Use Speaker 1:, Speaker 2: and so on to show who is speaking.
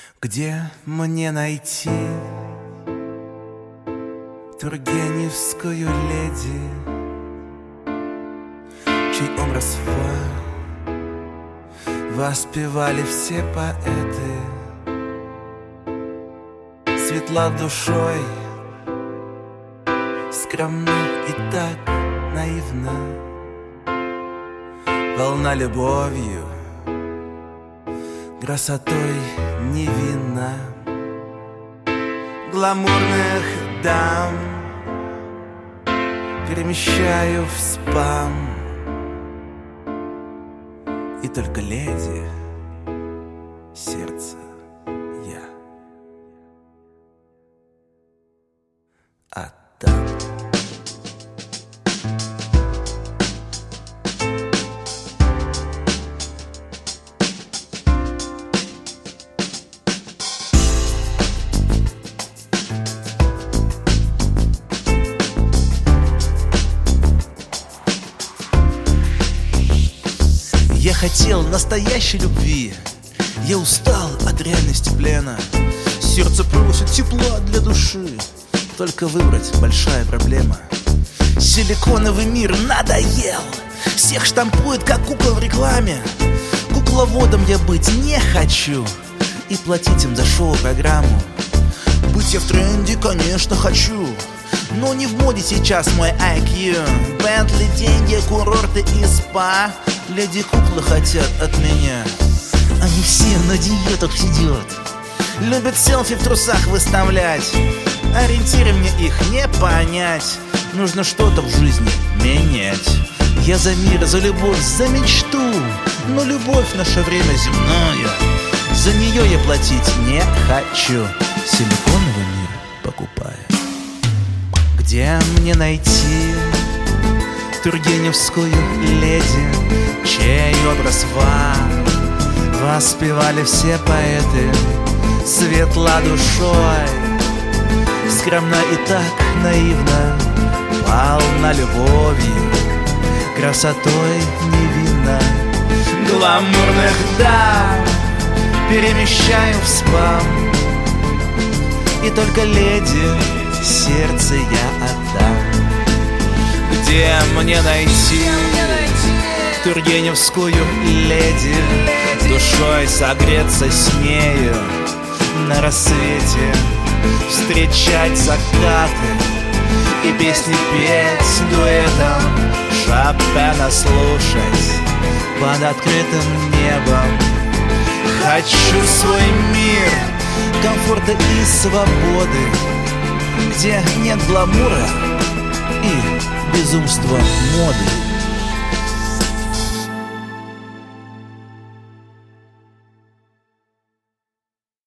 Speaker 1: Где мне найти тургеневскую леди, чей образ воспевали все поэты? Светла душой, скромна и так наивна, полна любовью, красотой невинна. Гламурных дам перемещаю в спам, и только леди сердце я отдам.
Speaker 2: Я хотел настоящей любви, я устал от реальности плена. Сердце просит тепла для души, только выбрать большая проблема. Силиконовый мир надоел, всех штампует, как кукла в рекламе. Кукловодом я быть не хочу и платить им за шоу-программу. Быть я в тренде, конечно, хочу, но не в моде сейчас мой IQ. Бентли, деньги, курорты и спа. Леди-куклы хотят от меня. Они все на диетах сидят, любят селфи в трусах выставлять. Ориентиры мне их не понять, нужно что-то в жизни менять. Я за мир, за любовь, за мечту, но любовь в наше время земная, за нее я платить не хочу. Силиконовый мир покупаю.
Speaker 1: Где мне найти тургеневскую леди, чей образ воспевали все поэты? Светла душой, скромна и так наивна, полна любовью, красотой невинна. Гламурных дам перемещаю в спам, и только леди сердце я отдам. Где мне найти тургеневскую леди, душой согреться с нею на рассвете, встречать закаты и песни петь дуэтом, Шопена слушать под открытым небом. Хочу свой мир комфорта и свободы, где нет гламура и безумства моды.